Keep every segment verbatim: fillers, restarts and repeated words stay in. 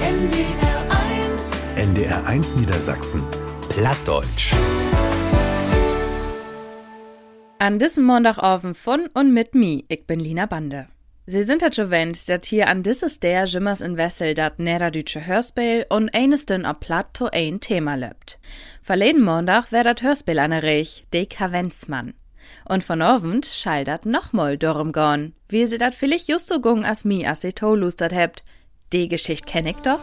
N D R eins. N D R eins Niedersachsen. Plattdeutsch. An diesem Montagabend von und mit mi, ich bin Lina Bande. Sie sind halt schon wendt, dat hier an dieses der Jimmers in Wessel dat Niederdeutsche Hörspiel und eines dünn ab Platt to ein Thema löbt. Verleden Montag wär dat Hörspiel an der Reich, de Kavenzmann. Und von Abend schall dat nochmal darum gehen, wie sie dat vielleicht just so gung as mi as sie to lustert hebt. Die Geschichte kenn ich doch.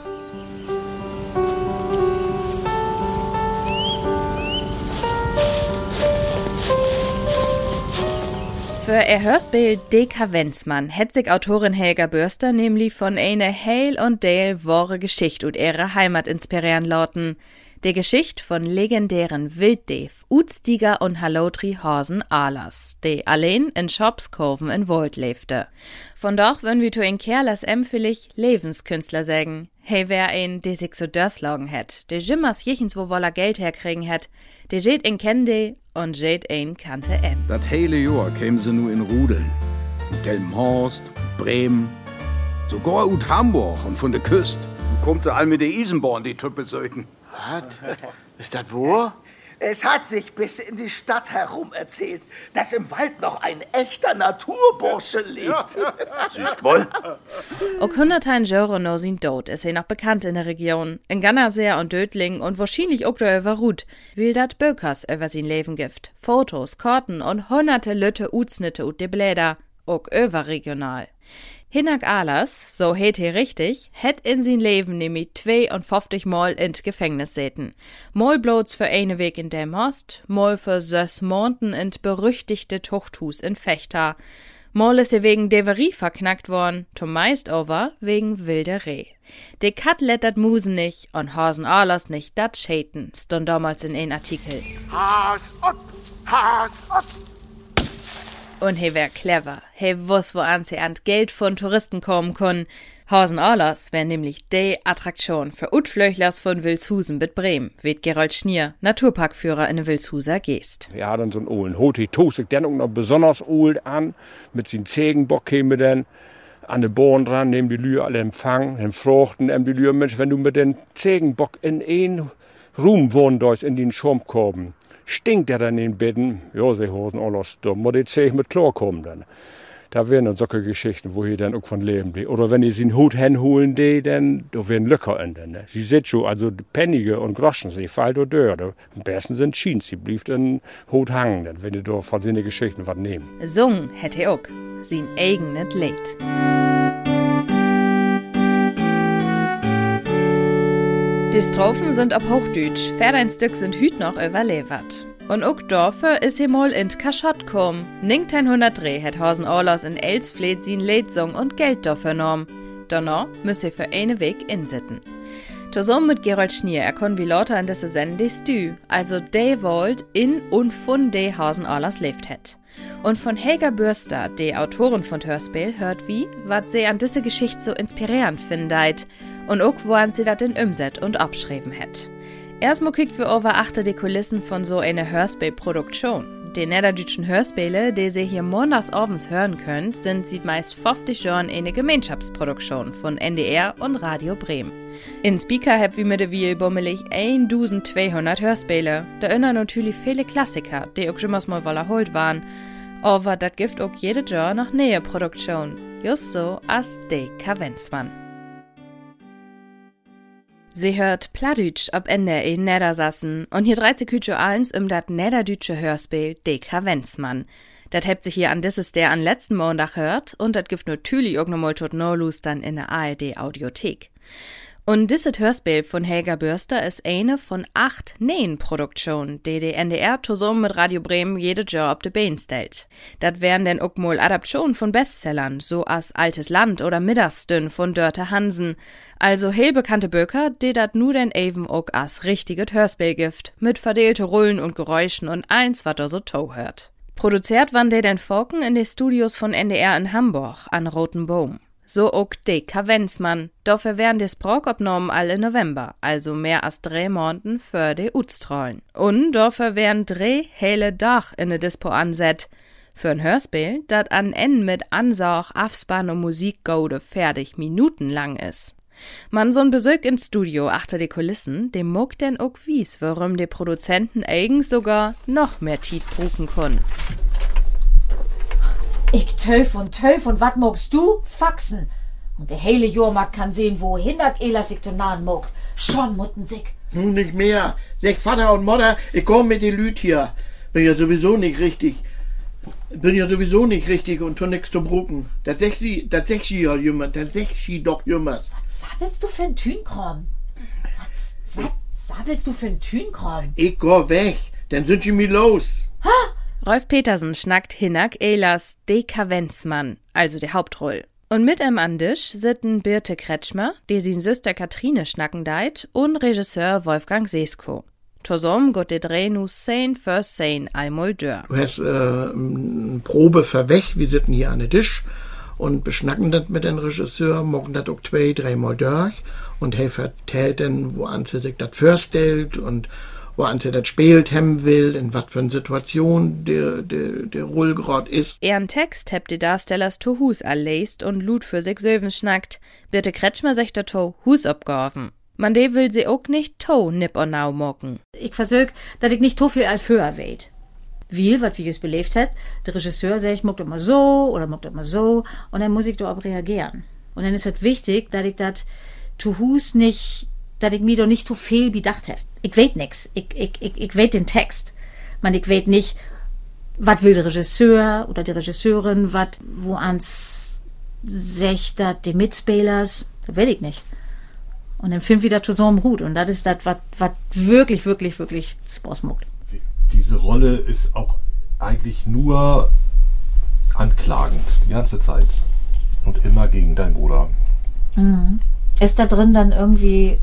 Für ihr Hörspiel De Kavenzmann hätt sich Autorin Helga Börster nämlich von eine heil und deil wahre Geschichte und ihre Heimat inspirieren lauten. Die Geschichte von legendären Wilddev, Utstiger und Halotri Horsen Ahlers, die allein in Schopskurven in Wald lebte. Von dort würden wir zu ein Kerl als empfällig Lebenskünstler sagen. Hey, wer ein, der sich so dörslagen hätt, der Jimmers jichens wo woller Geld herkriegen hätt, der jet ein kende und jet ein kannte em. Dat hele Jahr kämen sie nur in Rudeln. Und Delmenhorst, Bremen, sogar ut Hamburg und von der Küste. Kommt sie all mit der Isenborn, die Tüppelsöken. Was? Ist das wo? Es hat sich bis in die Stadt herum erzählt, dass im Wald noch ein echter Naturbursche lebt. Siehst wohl? Auch hundertein Jahre no sind tot, ist er noch bekannt in der Region. In Gannersee und Dödling und wahrscheinlich auch da über Ruth, will dat Bökers über sein Leben gibt. Fotos, Karten und hunderte Lütte Utsnitte und de Bläder, auch überregional. Hinak Ahlers, so heet he richtig, hätt in sein Leben nämlich zweiundfünfzig Mal in Gefängnis säten. Mal bloß für eine Weg in Delmenhorst, mal für sechs Monaten in berüchtigte Tuchthus in Vechta. Mal ist er wegen Deverie verknackt worden, zumeist aber wegen Wilderei. De Kat lädt dat Musen nicht und Horsen Ahlers nicht dat schäten, stund damals in ein Artikel. Haas ab! Haas ab! Und he wär clever. He wuss, wo an sie an Geld von Touristen kommen können. Horsen Ahlers wär nämlich de Attraktion für Utflöchlers von Wilshusen mit Bremen, weht Gerold Schnier, Naturparkführer in Wilshuser Geest. Ja, dann so ein Ohlen. Hoti tosig dann auch noch besonders old an, mit sin Zegenbock käme dann an den Bohren dran, nehmen die Lühe alle empfangen, den Fruchten, nehmen die Lühe, Mensch, wenn du mit den Zegenbock in ein Ruhm wohnen durchs in den Schirmkorben. Stinkt der dann in den Betten? Ja, sie Hosen alles dumm. Muss die Zeug mit Chlor kommen dann. Da werden dann solche Geschichten, wo ihr dann auch von leben. Die. Oder wenn ihr sie einen Hut hinholen, die, dann da werden Löcher in den. Sie seht schon, also die Pennige und Groschen, sie fallen da durch. Am besten sind Schiens, sie blieb in Hut hangen, dann, wenn ihr da von seinen Geschichten was nehmen. Sung hätte er auch, sein eigenes Lied. Die Strophen sind ab Hochdeutsch, ein Stück sind hüt noch überlevert. Und auch dafür ist he mal in Kaschott kom. neunzehnhundertdrei hat Horsen Ahlers in Elsfleth sin Lied sung und Geld dafür genommen. Danach müsst ihr für eine Weg insitten. Zusammen mit Gerold Schnier erkon wie lauter in diese Sende de Stü, also de wollt in und von de Horsen Ahlers lebt het. Und von Helga Börster, de Autorin von Hörspiel, hört wie, wat sie an diese Geschichte so inspirierend findet und auch woran sie dat in Umset und abschreiben het. Erstmal kickt wir over achter die Kulissen von so einer Hörspielproduktion. Die niederdeutschen Hörspiele, die Sie hier montags abends hören könnt, sind seit meist fünfzig Jahren eine Gemeinschaftsproduktion von N D R und Radio Bremen. In Speaker habt wie mit wie bummelig eintausendzweihundert Hörspiele. Da innen natürlich viele Klassiker, die auch schon mal wiederholt waren. Aber das gibt auch jede Jahr noch neue Produktion. Just so als De Kavenzmann. Sie hört Plattdeutsch ob N D R in Niedersachsen und hier dreht sich heute eins um das niederdeutsche Hörspiel De Kavenzmann. Das hebt sich hier an dieses der an letzten Montag hört und das gibt natürlich auch noch mal tot Nolus dann in der A R D Audiothek. Und dieses Hörspiel von Helga Börster ist eine von acht neuen Produktionen, die die N D R zusammen mit Radio Bremen jede Jahr auf die Beine stellt. Das wären dann auch mal Adaptionen von Bestsellern, so als Altes Land oder Mittagsdünn von Dörte Hansen. Also heel bekannte Böker, die dat nu denn eben auch als richtiges Hörspiel gibt, mit verdeelte Rollen und Geräuschen und eins, was da so to hört. Produziert waren die den Folken in den Studios von N D R in Hamburg an Roten Boom. So auch De Kavenzmann. Dafür wären die Sprachopnahmen alle November, also mehr als drei Monaten für die Utstrollen. Und dafür wären drei hele Dach in der Dispo anset. Für ein Hörspiel, das an Ende mit Ansauch, Abspann und Musik gode fertig minutenlang ist. Man so'n Besuch ins Studio achter die Kulissen, dem muck denn auch wies, warum die Produzenten eigens sogar noch mehr Tiet bruchen können. Ich töf und töf und wat mogst du? Faxen. Und der hele Jahrmarkt kann sehen, wohin dat Elasik to nahen mogt. Schon mutten sich. Nun nicht mehr. Sag Vater und Mutter, ich komm mit den Lüt hier. Bin ja sowieso nicht richtig. Bin ja sowieso nicht richtig und tu nix zu brucken. Das sech sie, das sech sie ja jemand, das sech sie doch jemand. Was sabbelst du für ein Tünkram? Was, was sabbelst du für ein Tünkram? Ich geh weg, dann sind sie mir los. Ha! Rolf Petersen schnackt Hinak Ehlers Dekavenzmann, also der Hauptroll. Und mit ihm an Tisch sitten Birte Kretschmer, die sin Süster Katrine schnacken deit, und Regisseur Wolfgang Sesko. Zusammen geht der Dreh nu Szene für Szene einmal durch. Du hast äh, eine Probe verwech, wir sitzen hier an den Tisch und beschnacken das mit dem Regisseur, mocken das auch zwei, dreimal durch und er vertellt dann, wo sie sich das vorstellt und wo sie das spielt haben will, in was für eine Situation der, der, der Roll grad ist. Ihren Text habt die Darstellers to Hus erläst und Lud für sich selben schnackt. Birte Kretschmer sagt dato Hus abgeworfen. Man de will sie auch nicht to nip und nau mocken. Ich versög, dass ich nicht so viel als höher weet. Wie, was wie es belebt hat, der Regisseur sagt, ich mock das mal so oder mock das mal so und dann muss ich da auch reagieren. Und dann ist es wichtig, dass ich das to Hus nicht, dass ich mir doch nicht so viel bedacht habe. Ich weet nix. Ich, ich, ich, ich weet den Text. Man, ich weet nicht, was will der Regisseur oder die Regisseurin, was, wo ans sagt dat die Mitspielers, das weet ich nicht. Und dann Film wieder zusammen ruht. Und das ist das, was wirklich, wirklich, wirklich Spaß macht. Diese Rolle ist auch eigentlich nur anklagend, die ganze Zeit. Und immer gegen deinen Bruder. Mhm. Ist da drin dann irgendwie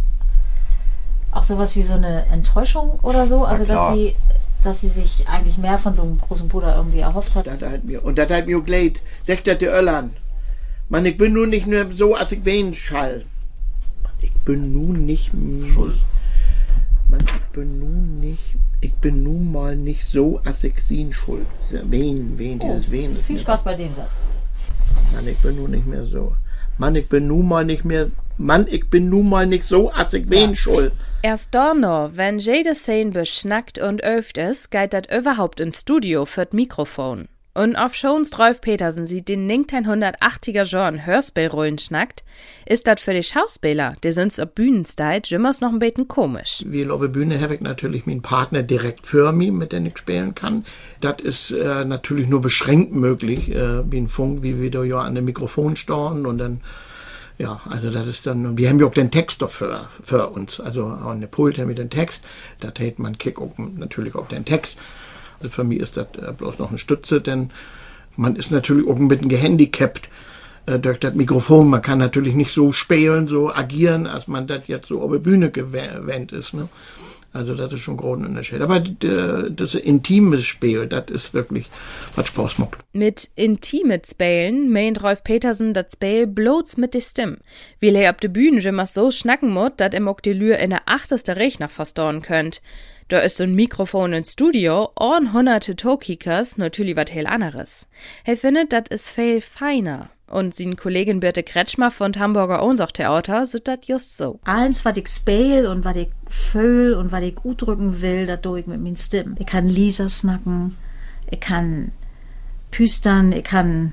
auch sowas wie so eine Enttäuschung oder so? Also, dass sie, dass sie sich eigentlich mehr von so einem großen Bruder irgendwie erhofft hat? Das hat mir, und das hat mir geleid. Sagt das der Öllern. Man, ich bin nun nicht nur so, als ich wen schall. Ich bin nun nicht schuld. Man, ich bin nun nicht, ich bin nun mal nicht so, als ich sie schuld. Wen, wen, Oh, dieses Wen. viel Spaß bei dem Satz. Mann, ich bin nun nicht mehr so. Mann, ich bin nun mal nicht mehr, Mann, ich bin nun mal nicht so, als ich wen Ja. schuld. Erst da noch, wenn jede Szene beschnackt und öft ist, geht dat überhaupt ins Studio für d Mikrofon. Und auf Shows Rolf Petersen sieht den neunzehnhundertachtziger Jahren Hörspielrollen schnackt, ist dat für die Schauspieler, die sind auf Bühnensteit, jimmers noch ein bisschen komisch. Wie auf der Bühne habe ich natürlich meinen Partner direkt für mich, mit dem ich spielen kann. Das ist äh, natürlich nur beschränkt möglich, äh, wie ein Funk, wie wir da ja an dem Mikrofon stehen und dann, ja, also das ist dann, wir haben ja auch den Text dafür, für uns, also an der Pult haben wir den Text, da hält man Kick auch, natürlich auch den Text. Also für mich ist das äh, bloß noch eine Stütze, denn man ist natürlich auch ein bisschen gehandicapt äh, durch das Mikrofon. Man kann natürlich nicht so spielen, so agieren, als man das jetzt so auf der Bühne gewöhnt ist. Ne? Also das ist schon ein großer Unterschied. Aber äh, das intime Spiel, das ist wirklich, was Spaß macht. Mit intimet Spielen meint Rolf Petersen dat Spiel bloß mit de Stimme. Weil er auf de Bühne jimmers so schnacken muss, dat er auch die Lür in der achteste Rechner verstauen könnt. Da ist so ein Mikrofon im Studio und hunderte Tokickers, natürlich was heel anderes. Er findet, das ist viel feiner. Und sin Kollegin Birte Kretschmer von Hamburger Ohnsorg-Theater sieht das just so. Alles, was ich spiel und was ich fühl und was ich udrücken will, das tue ich mit meinen Stimmen. Ich kann Lisa snacken, ich kann püstern, ich kann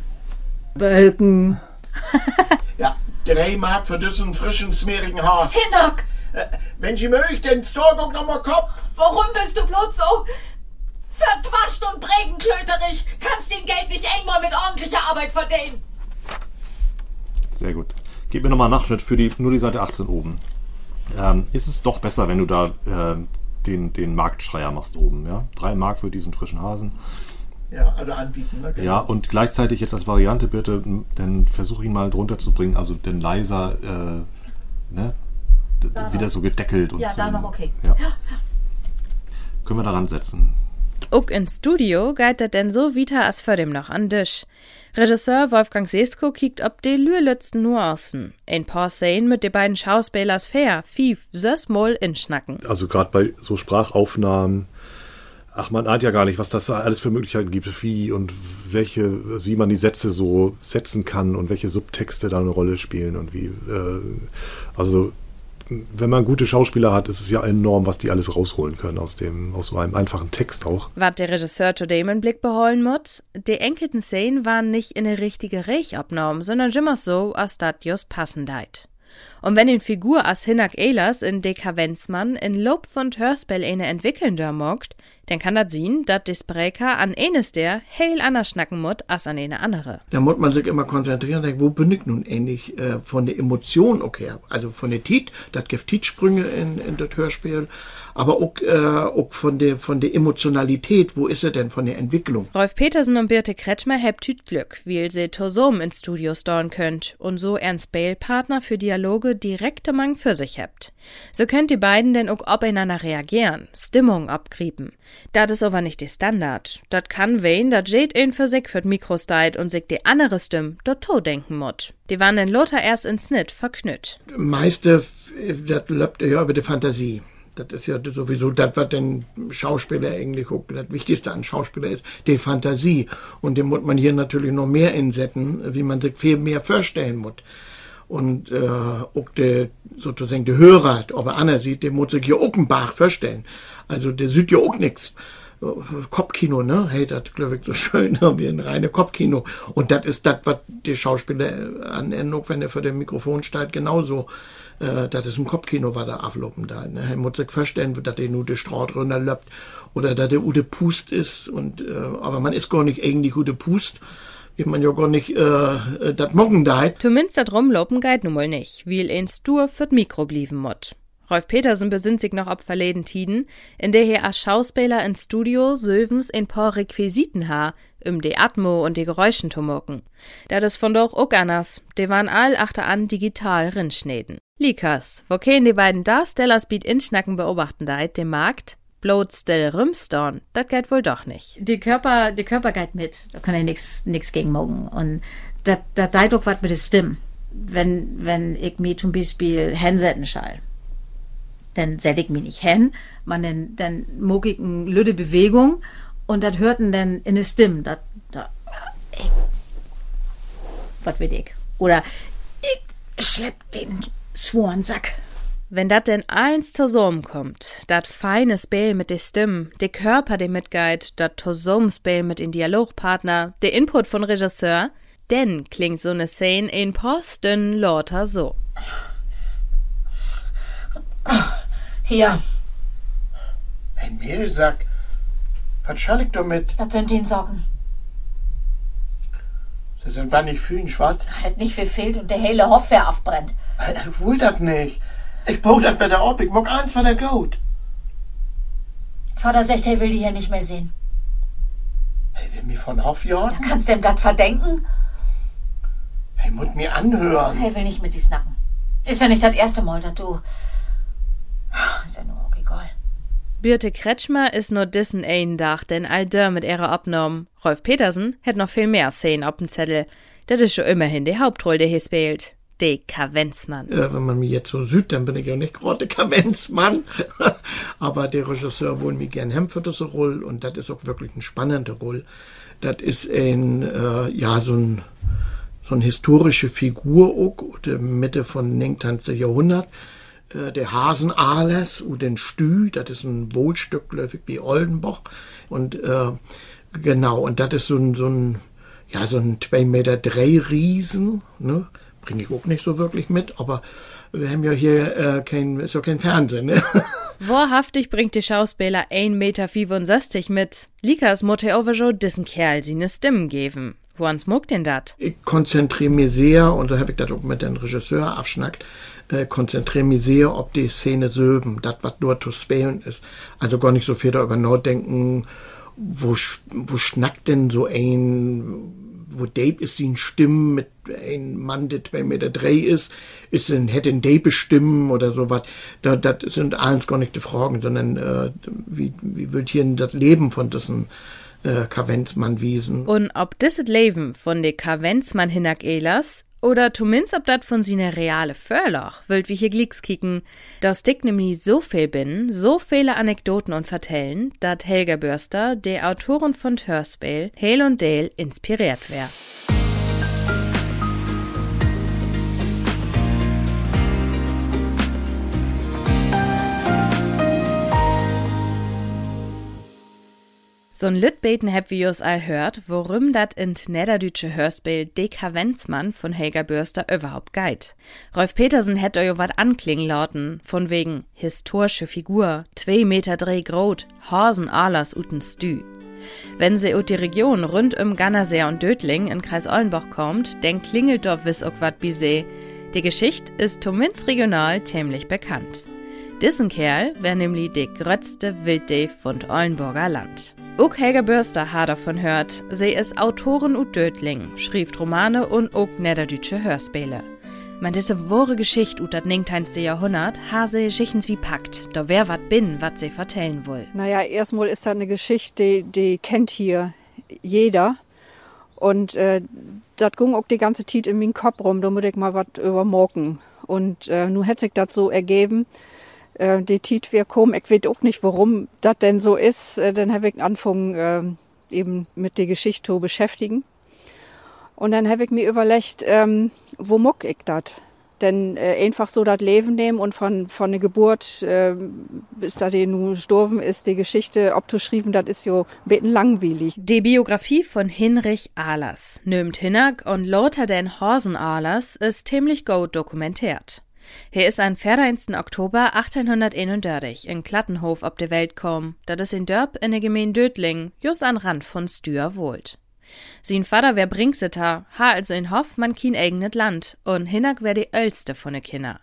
bölken. Ja, drei Mark für diesen frischen, smeerigen Haas. Hinak! Äh, wenn Sie mögen, den Storbock noch mal Kopf. Warum bist du bloß so verdwascht und prägenklöterig? Kannst den Geld nicht einmal mit ordentlicher Arbeit verdienen? Sehr gut. Gib mir nochmal einen Nachschnitt für die, nur die Seite achtzehn oben. Ähm, ist es doch besser, wenn du da äh, den, den Marktschreier machst oben, ja? Drei Mark für diesen frischen Hasen. Ja, also anbieten. Ne? Ja, und gleichzeitig jetzt als Variante bitte, dann versuch ihn mal drunter zu bringen, also den leiser, äh, ne? D- wieder so gedeckelt und Ja, so. da noch okay. Ja. Können wir daran setzen. Auch ins Studio geht das denn so weiter als vor dem noch an Tisch. Regisseur Wolfgang Sesko kickt ob die lührletzten Nuancen. Ein paar Szenen mit den beiden Schauspielers fair, fief, sös moll inschnacken. Also gerade bei so Sprachaufnahmen ach, man ahnt ja gar nicht, was das da alles für Möglichkeiten gibt, wie und welche, wie man die Sätze so setzen kann und welche Subtexte da eine Rolle spielen und wie, äh, also wenn man gute Schauspieler hat, ist es ja enorm, was die alles rausholen können aus dem, aus so einem einfachen Text auch. Was der Regisseur zudem im Blick beholen muss, die enkelten Szenen waren nicht in eine richtige Rechaufnahme, sondern immer so, als dat just passen deit. Und wenn die Figur as Hinak Ehlers in Dekavenzmann in Lob von Hörspiel eine entwickeln der mogt, dann kann dat sehen, dat die Sprecher an eines der heil anders schnacken muss als an eine andere. Da muss man sich immer konzentrieren und denken, wo bin ich nun ähnlich äh, von der Emotion okay, also von der Tit, das gibt Titsprünge in, in das Hörspiel, aber auch, äh, auch von der von der Emotionalität, wo ist er denn von der Entwicklung? Rolf Petersen und Birte Kretschmer hebt tüt Glück, weil sie Tosom ins Studio storn könnt und so ernst Bale-Partner für Dialoge direkte Mang für sich hebt. So könnt die beiden denn auch aufeinander reagieren, Stimmung abkriepen. Das ist aber nicht die Standard. Das kann wen, dat jed ein für sich für d Mikro steit und sich die andere Stimme dort to denken mut. Die waren denn Lothar erst ins Schnitt verknütt. Meiste, das läuft ja über die Fantasie. Das ist ja sowieso das, was den Schauspieler eigentlich auch das Wichtigste an Schauspieler ist, die Fantasie. Und dem muss man hier natürlich noch mehr insetzen, wie man sich viel mehr vorstellen muss. Und äh, auch der, sozusagen der Hörer, ob er anders sieht, der muss sich hier auch ein Bach vorstellen. Also der sieht ja auch nichts. Kopfkino, ne? Hey, das glaube ich so schön, wie ein reines Kopfkino. Und das ist das, was die Schauspieler an auch wenn er vor dem Mikrofon steht, genauso. Äh, das ist ein Kopfkino, was da aufloppen da. Ne? Er muss sich vorstellen, dass der nur die Straße runterlöppt oder dass der Ude Pust ist. Und, äh, aber man ist gar nicht eigentlich Ude Pust. Wie man ja gar nicht äh, das Morgen da hat. Zumindest das Rumlopen geht nun mal nicht, weil ein Stur für d Mikro blieben mut. Rolf Petersen besinnt sich noch ob verleden Tiden, in der er als Schauspieler ins Studio söwens ein paar Requisiten ha, um die Atmo und die Geräuschen zu mucken. Das ist von doch auch anders, die waren all achteran digital rinschneden. Likas, wo kein die beiden Darstellers biet inschnacken beobachten deit, dem Markt, bloß still Rümstorn, das geht wohl doch nicht. Die Körper, die Körper geht mit, da kann ich nix, nix gegen mogen. Und da, da deit auch was mit der Stimme. Wenn, wenn ich mich zum Beispiel hinsetzen schall, dann setz ich mich nicht hin, man dann, dann mag ich eine lüde Bewegung und das hörten dann in der Stimme, das, da, ich, was will ich? Oder ich schlepp den Sworensack. Wenn dat denn eins zusammenkommt, dat feine Spiel mit de Stimmen, de Körper, de mitgeit, dat Zusammenspiel mit den Dialogpartner, de Input von Regisseur, denn klingt so ne Szene in Posten lauter so. Hier. Ein Mehlsack? Was schall ich damit? Das sind die Socken. Sie sind gar nicht für ihn schwarz. Halt nicht viel fehlt und der hele Hoffwehr aufbrennt. Ich will das nicht. Ich brauch das wieder ab, ich mag eins von der Goat. Vater sagt, er will die hier nicht mehr sehen. Hey, will mich von aufjagen? Ja, kannst du ihm das verdenken? Hey, muss mir anhören. Er will nicht mit die snacken. Ist ja nicht das erste Mal, dass du... Ist ja nur auch egal. Birte Kretschmer ist nur dissen ein Dach, denn all der mit ihrer Abnorm. Rolf Petersen hat noch viel mehr Szenen auf dem Zettel. Das ist schon immerhin die Hauptrolle, die hier spielt. Der Kavenzmann. Äh, wenn man mich jetzt so sieht, dann bin ich ja nicht gerade der Kavenzmann. Aber der Regisseur wollen mich gern haben für diese Rolle und das ist auch wirklich eine spannende Rolle. Das ist ein, äh, ja, so ein, so eine historische Figur auch, der Mitte von neunzehnten Jahrhundert. Äh, der Hasen-Ahlers und den Stü, das ist ein Wohlstück, läufig wie Oldenburg. Und äh, genau, und das ist so ein, so ein, ja, so ein zwei Meter drei Riesen, ne? Bringe ich auch nicht so wirklich mit, aber wir haben ja hier äh, kein, ist ja kein Fernsehen, ne? Wahrhaftig bringt die Schauspieler ein Meter fünfundsechzig mit. Likas Mutter aber schon diesen Kerl seine Stimmen geben. Woran smuckt denn dat? Ich konzentriere mich sehr, und da habe ich das auch mit dem Regisseur abschnackt, äh, konzentriere mich sehr auf die Szene selben, das, was dort zu spielen ist. Also gar nicht so viel darüber nachdenken, wo, wo schnackt denn so ein, wo Dave ist die Stimme mit einem Mann, der zwei Meter drei ist, ist ein, hätte ein Dave Stimmen oder sowas. Da, das sind alles gar nicht die Fragen, sondern äh, wie, wie wird hier das Leben von diesen äh, Kavenzmann-Wiesen. Und ob das Leben von de Kavenzmann hinak Elas oder zumindest ob dat von seine reale Förloch, wollt wir hier glicks kicken, dass dick nämlich so viel bin, so viele Anekdoten und vertellen, dat Helga Börster, der Autorin von Hörspiel, Hale und Dale inspiriert wär. So'n Lütbeten hab wir uns all hört, worum dat in niederdeutsche Hörspiel De Kavenzmann von Helga Börster überhaupt geht. Rolf Petersen hätt euch wat anklingen lauten, von wegen historische Figur, zwei Meter dreh grot, Hasen Alas uten Stü. Wenn sie ut die Region rund um Gannersee und Dötling in Kreis Ollenbach kommt, denn klingelt doch wiss auch wat bi see. Die Geschichte ist zumindest regional ziemlich bekannt. Diesen Kerl wär nämlich de grötzte Wilddave von Ollenburger Land. Auch Helga Börster hat davon hört. Sie ist Autorin ut Dötling, schrieb Romane und auch niederdeutsche Hörspiele. Man diese wahre Geschichte ut dat neunzehnte Jahrhundert ha sie schichens wie packt, da wer wat bin, wat sie vertellen will. Naja, erstmal ist das eine Geschichte, die, die kennt hier jeder. Und äh, das ging auch die ganze Zeit in meinen Kopf rum, da muss ich mal wat übermorgen. Und äh, nun hätte sich das so ergeben, Äh, die Tiet wir kommen, ich weiß auch nicht, warum das denn so ist. Äh, dann habe ich angefangen, äh, eben mit der Geschichte zu beschäftigen. Und dann habe ich mir überlegt, ähm, wo muck ich das? Denn äh, einfach so das Leben nehmen und von, von der Geburt äh, bis da die nun gestorben ist, die Geschichte abzuschreiben, das ist ja ein bisschen langweilig. Die Biografie von Hinrich Ahlers, nömt Hinnack und lauter den Hasen Ahlers, ist ziemlich gut dokumentiert. Er ist am vierzehnten Oktober achtzehnhunderteinunddreißig in Klattenhof auf die Welt gekommen, das ist in Dörp in der Gemeinde Dötling, just an Rand von Stür wohlt. Sein Vater wär Brinkseter, ha also in Hoff man kein eigenes Land, und Hinnack wär die älteste von den Kinder.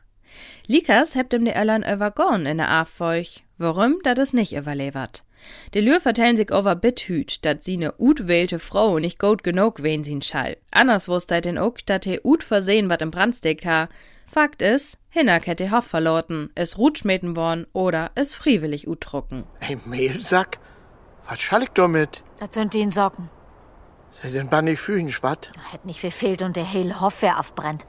Likas hebt ihm die Öllern übergorn in der Affeuch, warum, dat es nicht überlebert. Die Lür vertellen sich over bithüt, dat sie ne utwählte Frau nicht gut genug wen sin schall. Anders wusst er den auch, dat he ut versehen wat im Brand steckt ha. Fakt is, Hinnack hätte Hoff verloren, es rutschmeten worden oder es freiwillig utdrucken. Ein Mehlsack? Was schall ich damit? Das sind die Socken. Sie sind bei nicht fühlen, schwatt. Hätt nicht gefehlt und der heil Hoff wär aufbrennt.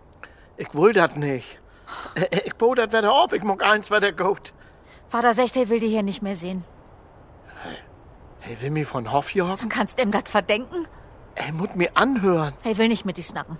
Ich will dat nicht. Ich bot dat wieder ab, ich mag eins wieder gut. Vater sagt, er will die hier nicht mehr sehen. Hey, will mich von Hoff jagen? Kannst ihm das verdenken? Er muss mir anhören. Er will nicht mit die snacken.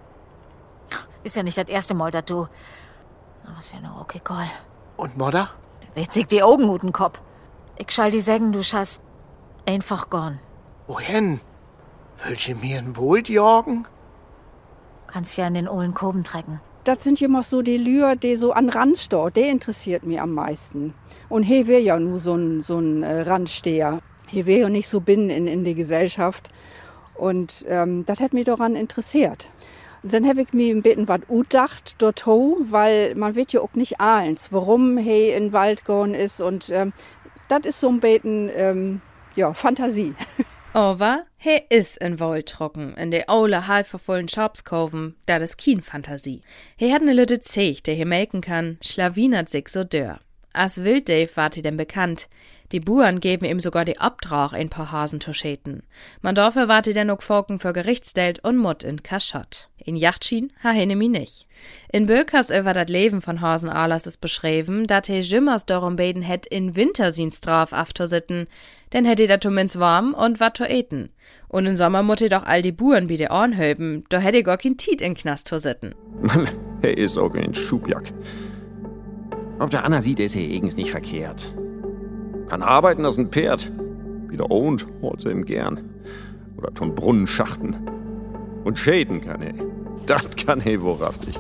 Ist ja nicht das erste Mal, dass du... Aber ist ja nur okay, Call. Und Mutter? Du weht sich die Augen ut den Kopf. Ich schall die sagen, du schaust einfach gorn. Wohin? Willst du mir ein Wohl jagen? Kannst ja in den ohlen Koben trecken. Das sind immer so die Lühr, die so an Rand steht. Der interessiert mich am meisten. Und hier wär ja nur so ein, so ein äh, Randsteher. Hier wär ja nicht so binnen in, in die Gesellschaft. Und ähm, das hat mich daran interessiert. Und dann habe ich mir ein bisschen was utdacht dort ho, weil man wird ja auch nicht ahlens, warum he in den Wald gehen ist. Und ähm, das ist so ein bisschen ähm, ja, Fantasie. Aber he is in Wald trocken, in de aule halfervollen Schabskoven, da das kien Fantasie. He hat ne lütte Zeich, der he melken kann, schlawinert sich so dörr. As Wilddave wart he denn bekannt. Die Buren geben ihm sogar die Abtrag ein paar Hasen zu schäten. Man dafür wart he denn auch Folgen für Gerichtsdelt und Mut in Kaschott. In Yachtschien ha he nemi nicht. In Bökers über dat Leben von Hasen Ahlers ist beschrieben, dat he jimmers darum beten hätt in Winter sin Straf afzusitten, denn hätt he da zumindest warm und wat zu eten. Und im Sommer mut he doch all die Buren bi de Ohren hölben, da hätt he gar kein Tiet in Knast zu sitten. Mann, er is auch ein Schubjack. Auf der Anna sieht es hier eigens nicht verkehrt. Kann arbeiten als ein Pferd. Wieder ohnt, holt sie ihm gern. Oder tun Brunnen schachten. Und schäden kann er. Das kann er wahrhaftig.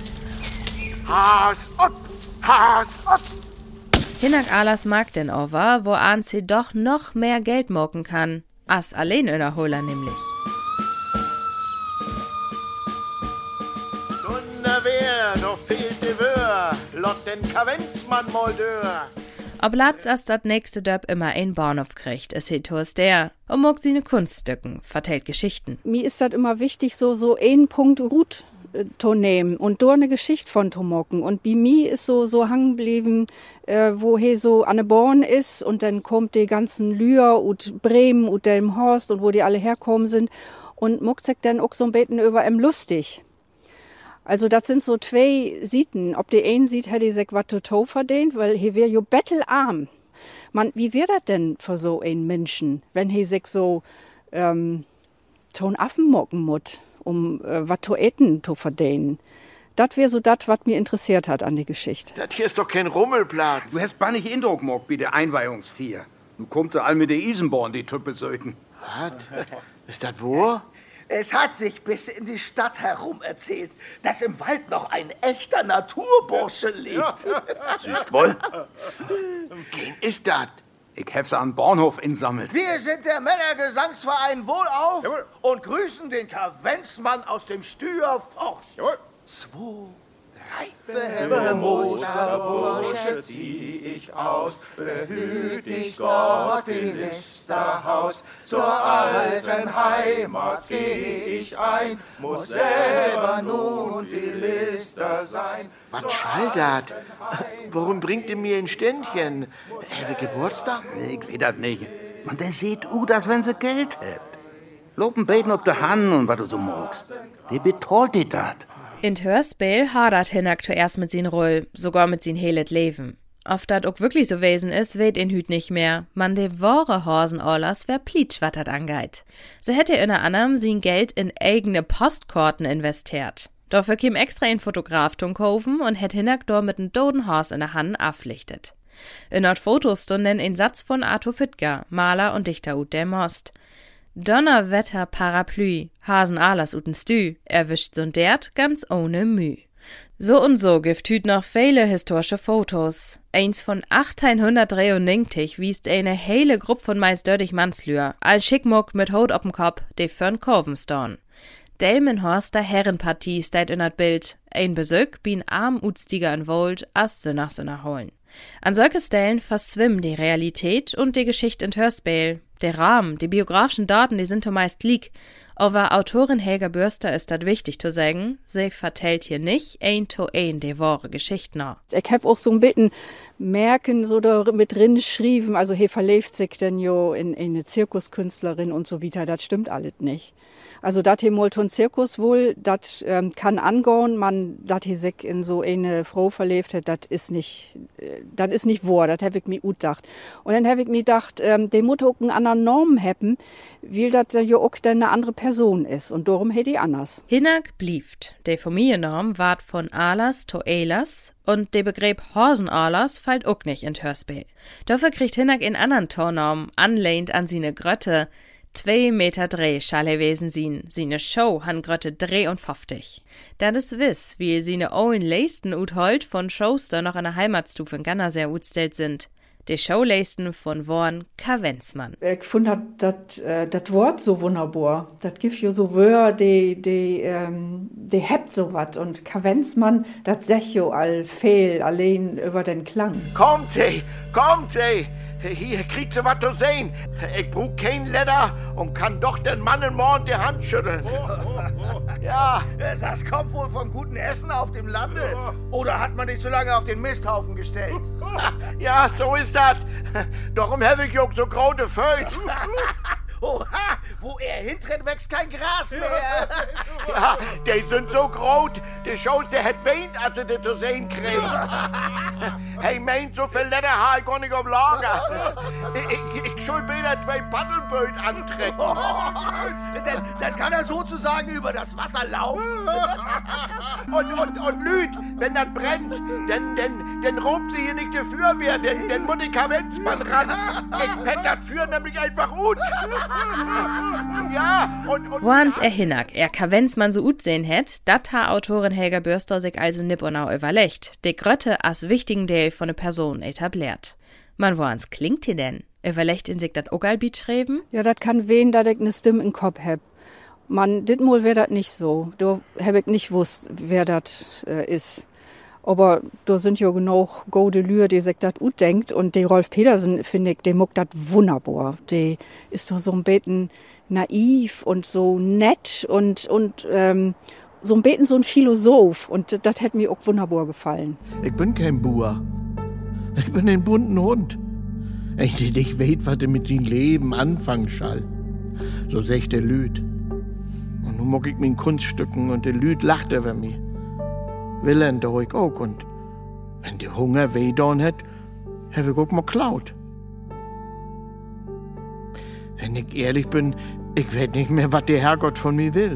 Haas up! Haas up! Hinnack Ahlers mag denn over, wo ahns sie doch noch mehr Geld mocken kann, as allein Önerholer nämlich. Dunderwehr, doch fehlt die Wör, lot den Kavenzmann mal dör. Ob Latz erst dat nächste Dörp immer ein Bahnhof kriegt, es hit ist der, und mag sie ne Kunststücken, vertellt Geschichten. Mir ist das immer wichtig, so, so einen Punkt gut äh, to nehmen und da eine Geschichte von to mocken. Und bei mir ist so, so hangen geblieben, äh, wo he so an der Born ist und dann kommt die ganzen Lühr und Bremen und Delmenhorst und wo die alle herkommen sind und muckt sich dann auch so ein bisschen über em lustig. Also das sind so zwei Sieten. Ob die einen sieht, hätte ich sich was to verdient, weil hier wär jo bettelarm. Man, wie wär das denn für so einen Menschen, wenn he sich so ähm, ton Affen mocken muss, um äh, was zu essen zu verdienen? Das wär so das, was mich interessiert hat an die Geschichte. Das hier ist doch kein Rummelplatz. Du hast bannig Eindruck gemacht bei der Einweihungsfeier. Du kommst all mit der Isenborn, die Tüppe söken. Was? Ist das wo? Es hat sich bis in die Stadt herum erzählt, dass im Wald noch ein echter Naturbursche lebt. Siehst wohl? Wen ist das? Ich hab's an Bahnhof insammelt. Wir sind der Männergesangsverein Wohlauf Jawohl. Und grüßen den Kavenzmann aus dem Stüher Forst. Jawohl. Zwei, drei. Behemoster zieh ich aus, behüt dich Gott in Listerhaus. Zur alten Heimat geh ich ein, muss selber nun viel Lister sein. Was schall dat? Warum bringt ihr mir ein Ständchen? Have Geburtstag? Ich weiß das nicht. Man, der sieht u, dass wenn sie Geld habt. Loben beten ob de Hand und was du so magst. Der betreut dir dat. In Hörspiel hadert Hinnack zuerst mit sin Roll, sogar mit sin helet Leben. Oft dat auch wirklich so wesen is, weht in Hüt nicht mehr. Man de wahre Horsen Orlas wer plitsch wat dat angeit. So hätte er unter anderem sin Geld in eigene Postkarten investiert. Dafür käm extra ein Fotograf tun kaufen und hätt Hinnack dort mit n doden Hors in der Hand afflichtet. In ort Fotos stunden ein Satz von Arthur Fittger, Maler und Dichter ut der Most. Donnerwetter Parapluie, Hasen Alas uten Stü, erwischt so'n Dert ganz ohne Müh. So und so gibt Hüt noch viele historische Fotos. Eins von achtzehnhundertdreiundneunzig wiest eine hele Gruppe von meist dördig Mannslühr, all Schickmuck mit Hut op'm Kopf, de für'n Kurvenstorn. Delmenhorster Herrenpartie steht in dat Bild, ein Besöck bin arm Utstiger in Wold, as se nach sinner holen. An solche Stellen verschwimmen die Realität und die Geschichte in Hörspiel. Der Rahmen, die biografischen Daten, die sind meist leak. Aber Autorin Helga Bürster ist das wichtig zu sagen, sie vertellt hier nicht ein to ein die wahre Geschichte noch. Ich hab auch so ein bisschen Merken so da mit drin geschrieben, also hier verlebt sich denn jo in, in eine Zirkuskünstlerin und so weiter, das stimmt alles nicht. Also dat hier Molton Zirkus wohl, dat ähm, kann angehen, man dat hier sich in so eine Frau verlebt hat, dat ist nicht, äh, dat ist nicht wahr, dat hab ich mir gut gedacht. Und dann hab ich mir gedacht, ähm, die Mutter auch einen anderen Normen haben, weil dat ja auch eine andere Person ist und darum hätte ich anders. Hinnack blieft. Die Familiennorm ward von Alas to Elas und der Begriff Horsen Alas fällt auch nicht in Hörspiel. Dafür kriegt Hinnack in anderen Tornorm, anlehnt an seine Grötte. Zwei Meter Dreh schall er wesen sin, sine Show han grötte dreh und fünfzig. Dat is wiss, wie sine Owen Leisten ut heut von Showster noch an der Heimatstufe in Ghana sehr utstellt sind. Die Showleisten von Worn Kavenzmann. Ich fand dat, äh, dat Wort so wunderbar. Dat gibt jo so Wör, die, die, ähm, die hebt so wat. Und Kavenzmann, dat sech jo all fehl, allein über den Klang. Kommt, ey, kommt, ey. Hier kriegt sie was zu sehen. Ich brauch kein Leder und kann doch den Mann in morgen die Hand schütteln. Ja, das kommt wohl vom guten Essen auf dem Lande. Oder hat man dich so lange auf den Misthaufen gestellt? Ja, so ist das. Darum habe ich auch so graute Föt. Oha, wo er hintritt, wächst kein Gras mehr. Ja, die sind so groß, die Shows, der hat weint, als er das zu sehen kriegt. Hey, meint, so viel Leder habe ich gar nicht auf Lager. Ich, ich, ich soll wieder zwei Paddelböot antrecken. Oh, dann, dann kann er sozusagen über das Wasser laufen. Und, und, und Lüd, wenn das brennt, dann, dann, dann robt sie hier nicht die Feuerwehr, denn dann muss die Kavenzmann ran. Ich fänd das Feuer nämlich einfach gut. Ja, und, und Woans er Hinnack, er Kavenzmann so ut sehen hätt, dat ha Autorin Helga Bürster sich also nipp und auch überlegt, de Grötte als wichtigen Teil von ne Person etabliert. Man, woans klingt die denn? Überlegt in sich dat Ogalbit schreiben? Ja, dat kann wen, dat ich ne Stimme im Kopf hab. Man, dit mal wär dat nicht so. Da hab ich nicht wusst, wer dat äh, ist. Aber da sind ja genug gute Lühr, die sich das gut denkt. Und der Rolf Petersen, finde ich, der muckt das wunderbar. Der ist doch so ein bisschen naiv und so nett und, und ähm, so ein Beten, so ein Philosoph. Und das hätte mir auch wunderbar gefallen. Ich bin kein Bauer. Ich bin ein bunten Hund. Ich die nicht weet, was er mit seinem Leben anfangen schall. So sagt der Lüd. Und nun mag ich mein Kunststücken und der Lüd lacht über mich. Willen da ich auch. Und wenn der Hunger weh dann hat, habe ich auch mal klaut. Wenn ich ehrlich bin, ich weiß nicht mehr, was der Herrgott von mir will.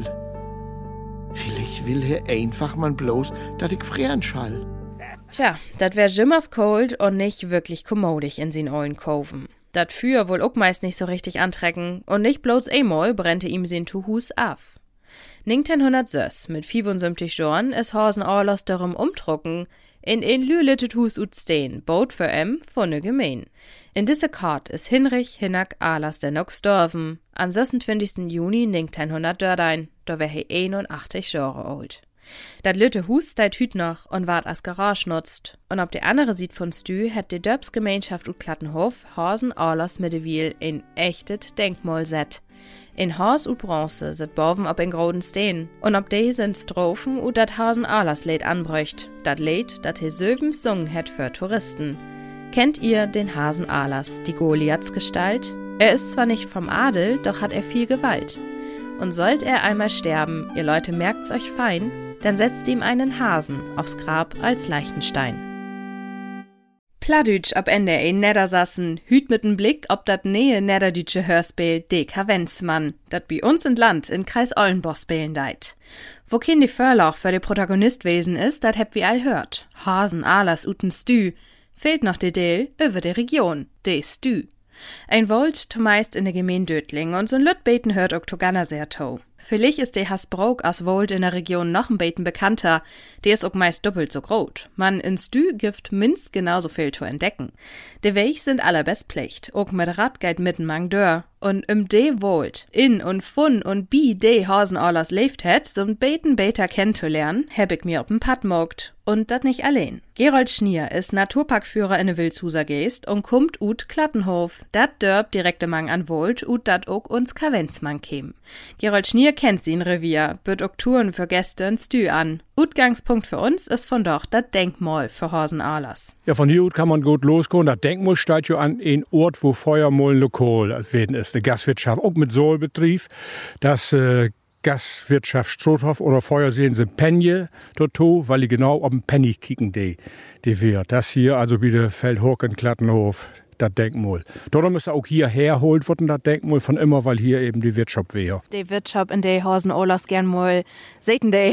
Vielleicht will er einfach mal bloß, dass ich frieren schall. Tja, dat wär jimmers cold und nicht wirklich kommodig in sin ollen Koven. Dat Feuer wohl auch meist nicht so richtig antrecken und nicht bloß einmal brennte ihm sin Tuhus af. neunzehnhundertsechs mit fünfundsiebzig Jahren is Horsen Orlos darum umdrucken, in ein lülitet Hus utstehen, baut für em von ne Gemein. In diese Kart is Hinrich Hinnack Ahlers denn auch gestorben, am sechsundzwanzigsten Juni neunzehnhundertdreizehn, da wär he einundachtzig Jahre alt. Dat lütte Hus steit hüt noch und ward als Garage nutzt, und ob der andere Seite von Stü hat die Dörpsgemeinschaft ut Klattenhof Horsen Orlos Mittewiel in echtet Denkmal set. In Haus und Bronze sit boven ob en groden Steen, und ob de sind Strophen ut dat Horsen Orlos Lied anbräucht, dat Lied, dat he söven sungen het für Touristen. Kennt ihr den Hasen Orlos, die Goliaths Gestalt? Er ist zwar nicht vom Adel, doch hat er viel Gewalt. Und sollt er einmal sterben, ihr Leute merkt's euch fein, dann setzt ihm einen Hasen aufs Grab als Leichenstein. Plattdütsch ab Ende in Niedersassen, hüt mit'n Blick ob dat nähe Niederdütsche Hörspiel De Kavenzmann, dat bi uns in Land in Kreis Ollenboch spielen deit. Wo kin die Förlauch für de Protagonist wesen ist, dat heb wie all hört. Hasen, Ahlers, uten Stü. Fehlt noch de Deel über de Region, de Stü. Ein Volt meist in der Gemein Dötling und so'n Lüt beten hört ook to ganner sehr to. Vielleicht ist der Hasbrook als Volt in der Region noch ein beten bekannter, der ist auch meist doppelt so groß. Man in Stü gibt minst genauso viel zu entdecken. De Weg sind allerbest plecht, auch mit Rad geht mitten mang dör. Und im de Volt, in und fun und bi de Horsen Orlos lebt het, so'n beten beter kennenzulernen, heb ich mir op'n Pad mogt. Und dat nicht allein. Gerold Schnier ist Naturparkführer in de Wildhuser Geest und kummt ut Klattenhof. Dat dörp direkte mang an Volt ut dat ook uns Kavenzmann käm. Gerold Schnier kennt sie in Revier, bürt ook Touren für Gäste in Stü an. Utgangspunkt für uns ist von dort dat Denkmal für Horsen Orlos. Ja, von hier kann man gut losgehen. Das Denkmal steht ja an ein Ort, wo Feuermollen lokal werden ist. Die Gaswirtschaft, auch mit Sohlbetrieb. Das äh, Gaswirtschaft Stroothof oder Feuerseen sind Penje dort, weil die genau auf den Penny kicken, die, die wird. Das hier, also wie der Feldhoek Klattenhof, das Denkmal. Darum ist auch hier herholt worden, das Denkmal von immer, weil hier eben die Wirtschaft wäre. Die Wirtschaft in der Horsen Orlos gern mal sehen die.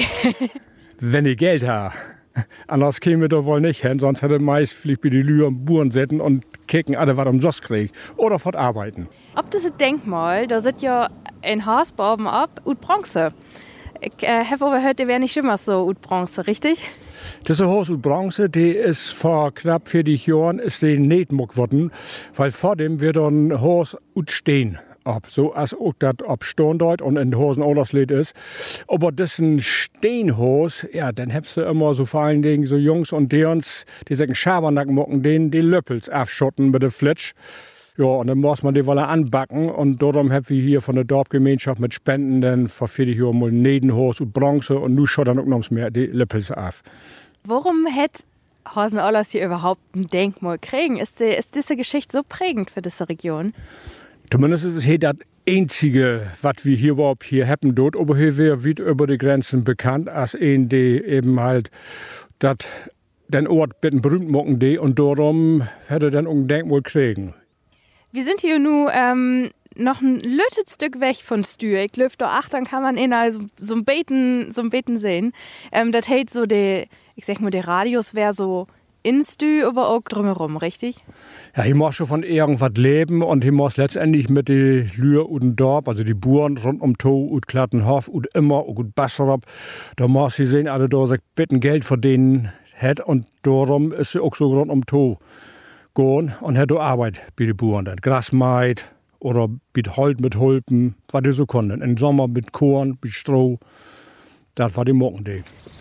Wenn ich Geld habe. Anders käme da wohl nicht hin, sonst hätte meist vielleicht bei die Lühe am Buren sätten und kicken alle was umsonst krieg. Oder fort arbeiten. Ob das Denkmal, da sind ja ein Haus oben ab ut Bronze. Ich äh, habe aber gehört, der wäre nicht immer so ut Bronze, richtig? Das Haus ut Bronze, die ist vor knapp vierzig Jahren ist die nicht muck worden, weil vor dem wird ein Haus ut stehen. Ab, so als auch das ob Stondeut und in Hosen Orlos Lied ist. Aber das ist ein Steinhaus, ja, dann hebst du immer so vor allen Dingen so Jungs und Deons, die sagen Schabernack mocken, denen die Löppels aufschotten mit der Flitsch. Ja, und dann muss man die Wolle anbacken und darum haben wir hier von der Dorfgemeinschaft mit Spenden dann vor vierzig Jahren mal Nedenhaus und Bronze und nun schottern auch noch mehr die Löppels auf. Warum hätte Horsen Orlos hier überhaupt ein Denkmal kriegen? Ist, die, ist diese Geschichte so prägend für diese Region? Zumindest ist es hier das Einzige, was wir hier überhaupt hier haben dort. Aber hier wäre weit über die Grenzen bekannt, als ein, die eben halt dat, den Ort bitten berühmt machen, die und darum hätte dann ein Denkmal kriegen. Wir sind hier nun ähm, noch ein lüttes Stück weg von Stü. Ich löf da acht, dann kann man in also so ein Beten, so ein Beten sehen. Ähm, das hält so der, ich sag mal, der Radius wäre so in Stü, aber auch drumherum, richtig? Ja, ich muss schon von irgendwas leben und ich muss letztendlich mit den Lühr und dem Dorf, also die Buren rund um To und Klattenhof und immer und Basserop, da muss ich sehen, alle da sich bitten Geld verdienen hat und darum ist sie auch so rund um To gehen und hat Arbeit bei den Buren dann. Grasmaid oder mit Holz mit Hulpen, was die so konnten. Im Sommer mit Korn, mit Stroh, das war die Morgendee.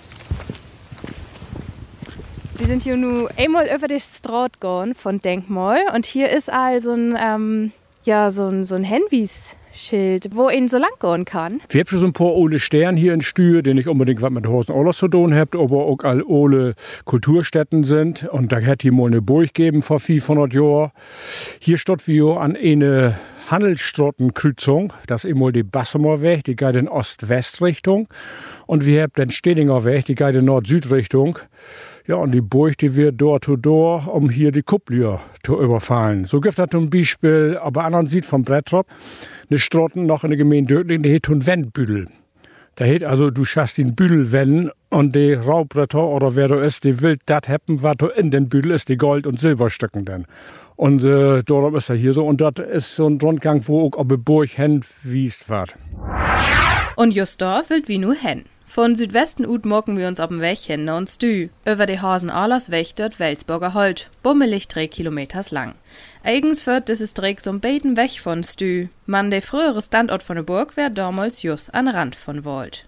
Wir sind hier nun einmal über die Straße gegangen von Denkmal und hier ist also ein, ähm, ja, so ein, so ein Hinweis Schild, wo ihn so lang gehen kann. Wir haben schon so ein paar ole Sterne hier in Stühe, die nicht unbedingt was mit Hosen Ollers zu tun haben, aber auch all ole Kulturstätten sind. Und da hätte hier mal eine Burg geben vor fünfhundert Jahren. Hier steht wir an eine Handelsstrottenkreuzung. Das ist immer die Bassumer Weg, die geht in Ost-West-Richtung. Und wir haben den Stedinger Weg, die geht in Nord-Süd-Richtung. Ja, und die Burg, die wird Door to Door, um hier die Kupplier zu überfallen. So gibt es zum Beispiel, aber anderen sieht vom Brettrop, eine Strotten noch in der Gemeinde Dötling, die heißt ein Wendbüdel. Da heißt also, du schaffst den Büdel wenden und die Raubbretter oder wer du ist, die will das haben, was du in den Büdel ist, die Gold- und Silberstücken dann. Und äh, darum ist er hier so. Und das ist so ein Rundgang, wo auch ob eine Burg hen wiest wird. Und just da will wie nur hen. Von Südwesten ut mocken wir uns auf dem Weg hin und Stü. Über die Hasen Ahlers Weg dort Welsburger Holt, bummelig drei Kilometers lang. Eigens wird dieses Dreck so ein Beten weg von Stü. Man, der frühere Standort von der Burg wär damals just an Rand von Wold.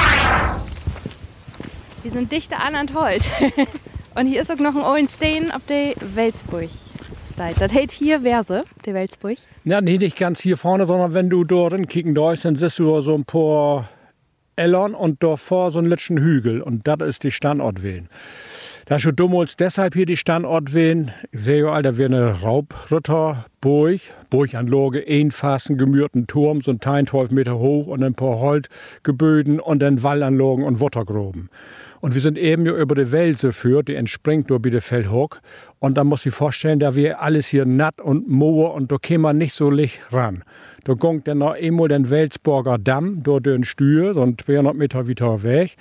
Wir sind dichter an an Holt. Und hier ist auch noch ein olden Stein auf der Welsburg. Das heißt hier Verse, der Welsburg. Ja, nee, nicht ganz hier vorne, sondern wenn du dort kicken darfst, dann siehst du so ein paar Ellern und davor so einen letzten Hügel. Und das ist die Standortwehen. Da ist schon damals deshalb hier die Standortwehen. Ich sehe ja, da wäre eine Raubritterburg, Burganlage, einfachen gemürten Turm, so ein zwölf Meter hoch und ein paar Holtgeböden und dann Wallanlagen und Wottergruben. Und wir sind eben ja über die Welse führt, die entspringt durch die Feldhock. Und da muss ich vorstellen, da wäre alles hier natt und Moor und da käme man nicht so leicht ran. Da gongt dann noch einmal den Welsburger Damm durch den Stühe, so ein zweihundert Meter weiter weg.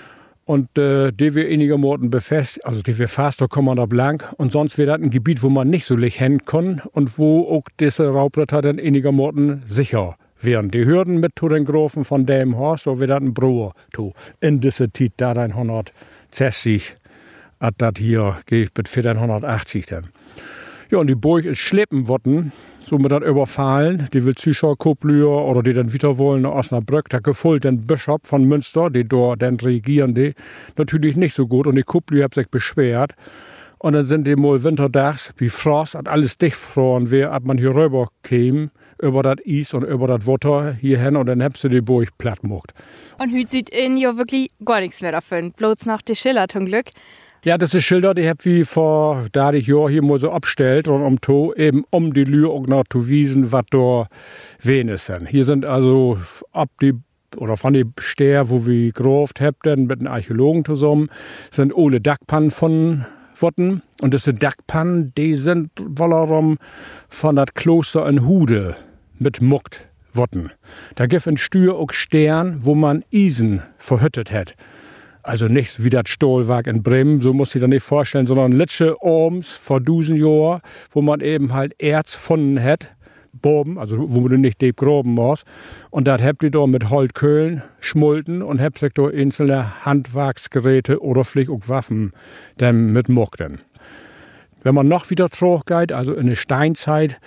Und äh, die wir einigermaßen befestigt, also die wir fast, da kommen wir da blank. Und sonst wäre das ein Gebiet, wo man nicht so leicht hin kann und wo auch diese Raubritter dann einigermaßen sicher wären. Die Hürden mit zu den Grofen von Delmenhorst, so wie das ein Bruder tu. In diese Zeit da dann hundertzwanzig, hat das hier geht mit vierzehnhundertachtzig dann. Ja, und die Burg ist schleppen worden, so mit das überfallen. Die will Zuschauer Kupplier oder die dann wieder wollen nach Osnabrück. Da gefolgt den Bischof von Münster, die dort dann regieren, die natürlich nicht so gut. Und die Kupplier haben sich beschwert. Und dann sind die mal winterdags, wie Frost, hat alles dicht gefroren, wer hat man hier rüber käme, über das Eis und über das Wasser hierhin und dann haben sie die Burg platt gemacht. Und heute sieht in ja wirklich gar nichts mehr davon, bloß nach der Schiller zum Glück. Ja, das ist Schilder, die hab wie vor dreißig Jahren hier mal so abgestellt und um to, eben um die Lühr auch noch zu wiesen, was da wen ist denn. Hier sind also ab die oder von die Ster, wo wir gerufen haben, mit den Archäologen zusammen, sind alle Dachpannen von worden. Und diese Dachpannen, die sind wollarum von das Kloster in Hude mit Muckt worden. Da gibt es in Stür auch Stern, wo man Isen verhüttet hat. Also nicht wie das Stohlwerk in Bremen, so muss ich das nicht vorstellen, sondern letzte Orms vor tausend Jahren, wo man eben halt Erz gefunden hat, Boben, also wo man nicht deep graben muss. Und das habt ihr da mit Holzköhlen schmolten und habt sich da einzelne Handwerksgeräte oder vielleicht auch Waffen dann mit mochten. Wenn man noch wieder zurückgeht, also in der Steinzeit,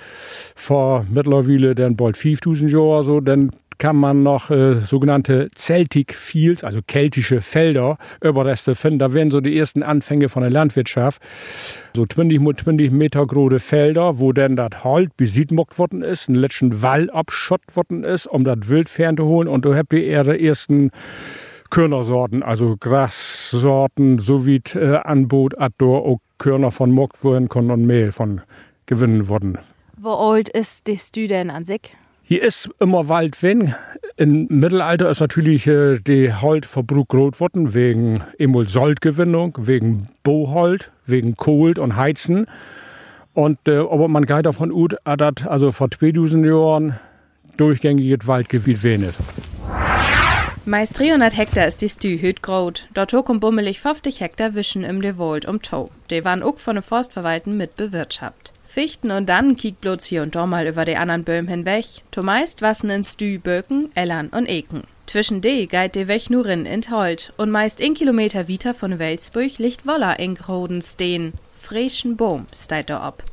vor mittlerweile dann bald fünftausend Jahren, so, dann kann man noch äh, sogenannte Celtic Fields, also keltische Felder, Überreste finden. Da wären so die ersten Anfänge von der Landwirtschaft. So zwanzig mal zwanzig Meter große Felder, wo dann das Holz besiedmuckt worden ist, einen letzten Wall abschott worden ist, um das Wild fernzuholen. Und da habt ihr eher die ersten Körnersorten, also Grassorten, sowie äh, Anbot, hat da auch Körner von muckt worden können und Mehl von gewinnen worden. Wo alt ist die Stü denn an sich? Hier ist immer Wald wenn. Im Mittelalter ist natürlich äh, die Holt verbrucht groß worden, wegen emul Soldgewinnung, wegen Boholt, wegen Kohl und Heizen. Und äh, aber man geht davon aus, dass also vor zweitausend Jahren durchgängiges Waldgebiet wen ist. Meist dreihundert Hektar ist die Stü hüt groß. Dort kommen bummelig fünfzig Hektar Wischen im de Wold um Tau. Die waren auch von den Forstverwalten mit bewirtschaftet. Fichten und dann kiekt bloß hier und da mal über die anderen Böhmen hinweg. Zumeist wassen in Stü Böken, Ellern und Eken. Zwischen de geht de Weg nur in in Holt und meist ein Kilometer weiter von Welsburg liegt Woller in groden Steen. Frischen Boom steht da ab.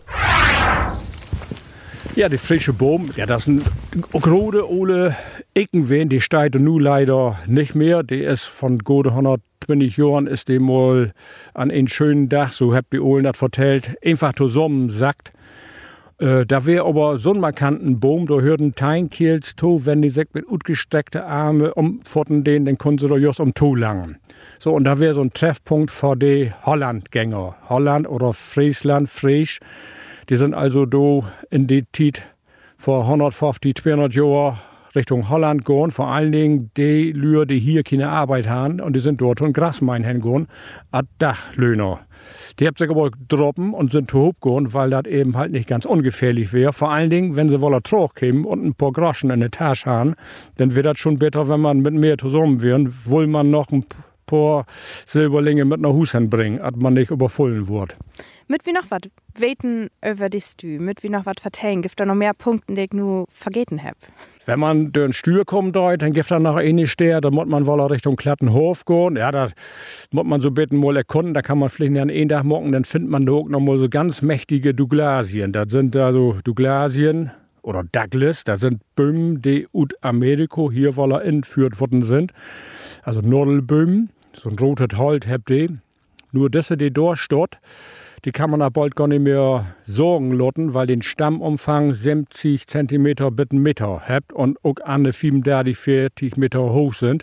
Ja, die frische Boom, ja, das sind grode ole Ekenwehen, die steht nu leider nicht mehr. Die ist von gute hundertzwanzig Jahren, ist die mal an einen schönen Tag, so habt die Ohlen das vertellt, einfach zusammensackt. Äh, da wär aber so ein markanten Baum, da hörten Teinkiels to, wenn die sich mit utgestreckte Arme umfotten den, dann können sie doch just um to langen. So, und da wär so ein Treffpunkt für die Hollandgänger. Holland oder Friesland, Friesch. Die sind also do in die Zeit vor hundertfünfzig, zweihundert Jahren Richtung Holland gehen. Vor allen Dingen die Lühr, die hier keine Arbeit haben und die sind dort und Grasmein hingehen, als Dachlöhner. Die haben sich aber droppen und sind zu hoch gegangen, weil das eben halt nicht ganz ungefährlich wäre. Vor allen Dingen, wenn sie wohl Trog kämen und ein paar Groschen in der Tasche haben, dann wäre das schon besser, wenn man mit mehr zusammen wäre, wohl man noch ein paar Silberlinge mit nach Hause bringen, als man nicht überfüllen wird. Mit wie noch was weten über die Stü, mit wie noch was vertellen, gibt da noch mehr Punkte, die ich nur vergeten habe. Wenn man durch den Stür kommt, dort, dann gibt es noch eine Stelle, da muss man wohl Richtung Klattenhof gehen. Ja, da muss man so bitten mal erkunden, da kann man vielleicht an einen Tag morgen, dann findet man da auch noch mal so ganz mächtige Douglasien. Das sind da so Douglasien oder Douglas, das sind Bäume, die aus Amerika hier wohl entführt worden sind. Also Nordelbäume, so ein rotes Holz habt ihr. Nur diese, die dort steht, die kann man ab bald gar nicht mehr sorgen lassen, weil den Stammumfang siebzig Zentimeter bis einen Meter hat und auch an fünfunddreißig, vierzig Meter hoch sind.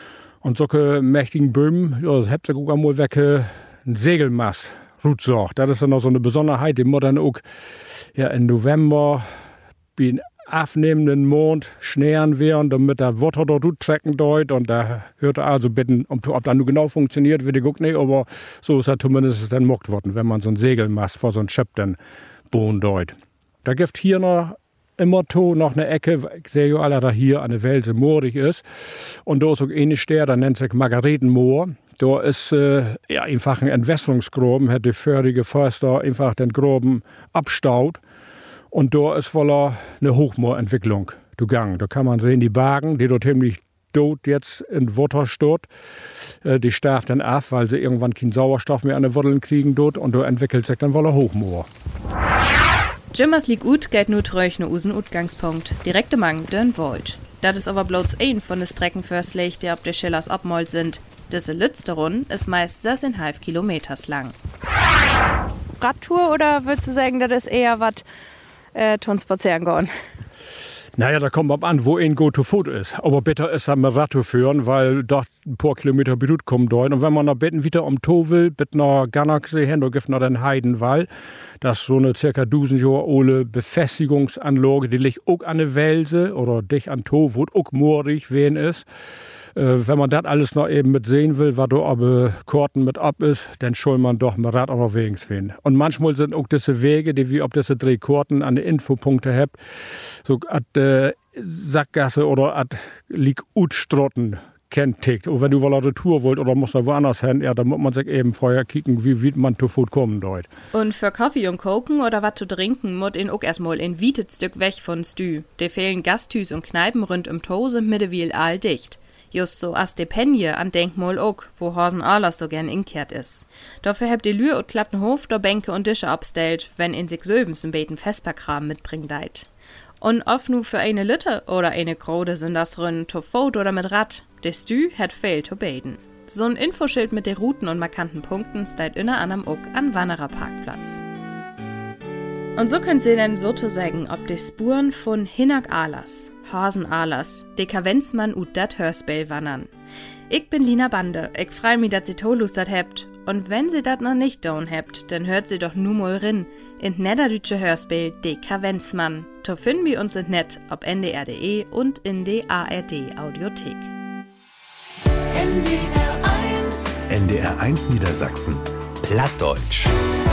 Und solche mächtigen Böhmen, ja, das habt ihr auch einmal weg ein Segelmast rutsorgt. Das ist dann noch so eine Besonderheit, die muss dann auch ja, im November wie ein aufnehmenden Mond schneeren werden, damit der Wasser dort trecken dort. Und da hört er also bitten, ob das nur genau funktioniert, will ich auch nicht, aber so ist er zumindest dann mockt worden, wenn man so ein Segelmast vor so ein Schiff dann bohren dort. Da gibt hier noch immer to noch eine Ecke, ich sehe ja alle, da hier an der Welse moorig ist. Und da ist auch eine Stelle, da nennt sich Margaretenmoor. Da ist äh, ja, einfach ein Entwässerungsgraben, hat der fördige Förster einfach den Graben abstaut. Und da ist wohl eine Hochmoorentwicklung gegangen. Da kann man sehen, die Wagen, die dort ziemlich tot jetzt in Wasser steht, äh, die sterben dann ab, weil sie irgendwann keinen Sauerstoff mehr an den Wurzeln kriegen dort. Und da entwickelt sich dann wohl ein Hochmoor. Jimmers liegt ut geht nur treuch nur usen Utgangspunkt. Direkt am Mang den Wald. Das ist aber bloß ein von den Streckenförstlich, die ab der Schillers abmalt sind. Diese letzte Runde ist meist sechseinhalb Kilometers lang. Radtour oder würdest du sagen, das ist eher was äh, tun spazieren gehen? Naja, da kommt man an, wo ein go to foot ist. Aber besser ist dann mit Radtour führen, weil dort ein paar Kilometer Blut kommen dort. Und wenn man noch bitten wieder um To will, bitte nach Ganaxsee hin, da gibt noch den Heidenwall. Das ist so eine circa tausend Jahre alte Befestigungsanlage, die liegt auch an der Welse oder dicht an To, wo auch moorig wen ist. Äh, wenn man das alles noch eben mit sehen will, was da aber Korten mit ab ist, dann soll man doch mit Rad unterwegs werden. Und manchmal sind auch diese Wege, die wir auf diese drei Korten an den Infopunkte habt, so at äh, Sackgasse oder at lieg Utstrotten kennt. Und wenn du wohl eine Tour wollt oder musst du woanders hin, ja, dann muss man sich eben vorher kicken, wie weit man zu Fuß kommen dort. Und für Kaffee und Koken oder was zu trinken, muss ihn auch erstmal ein weites Stück weg von Stü. Die fehlen Gasthüs und Kneipen rund um To sind mittlerweile all dicht. Just so as Stipendie an Denkmal auch, wo Horsen Ahlers so gern inkehrt ist. Dafür habt ihr Lühr und Klattenhof da Bänke und Tische abstellt, wenn in sich söbens ein beten Vesperkram mitbringt deit. Und oft nur für eine Lütte oder eine Grode sind das Rennen to Foot oder mit Rad. Der Stü hat viel zu beten. So ein Infoschild mit den Routen und markanten Punkten steht inner anderem auch an Wandererparkplatz. Und so könnt ihr dann sozusagen ob die Spuren von Hinak Ahlers, Hasen Ahlers, Dekavenzmann ut dat Hörspiel wandern. Ich bin Lina Bande, ich freu mich, dass ihr tollustert habt. Und wenn sie dat noch nicht down habt, dann hört sie doch nur mal rin in Niederdeutsche Hörspiel Dekavenzmann. To finden wir uns in Net ob N D R punkt de und in der A R D Audiothek. N D R eins N D R eins Niedersachsen. Plattdeutsch.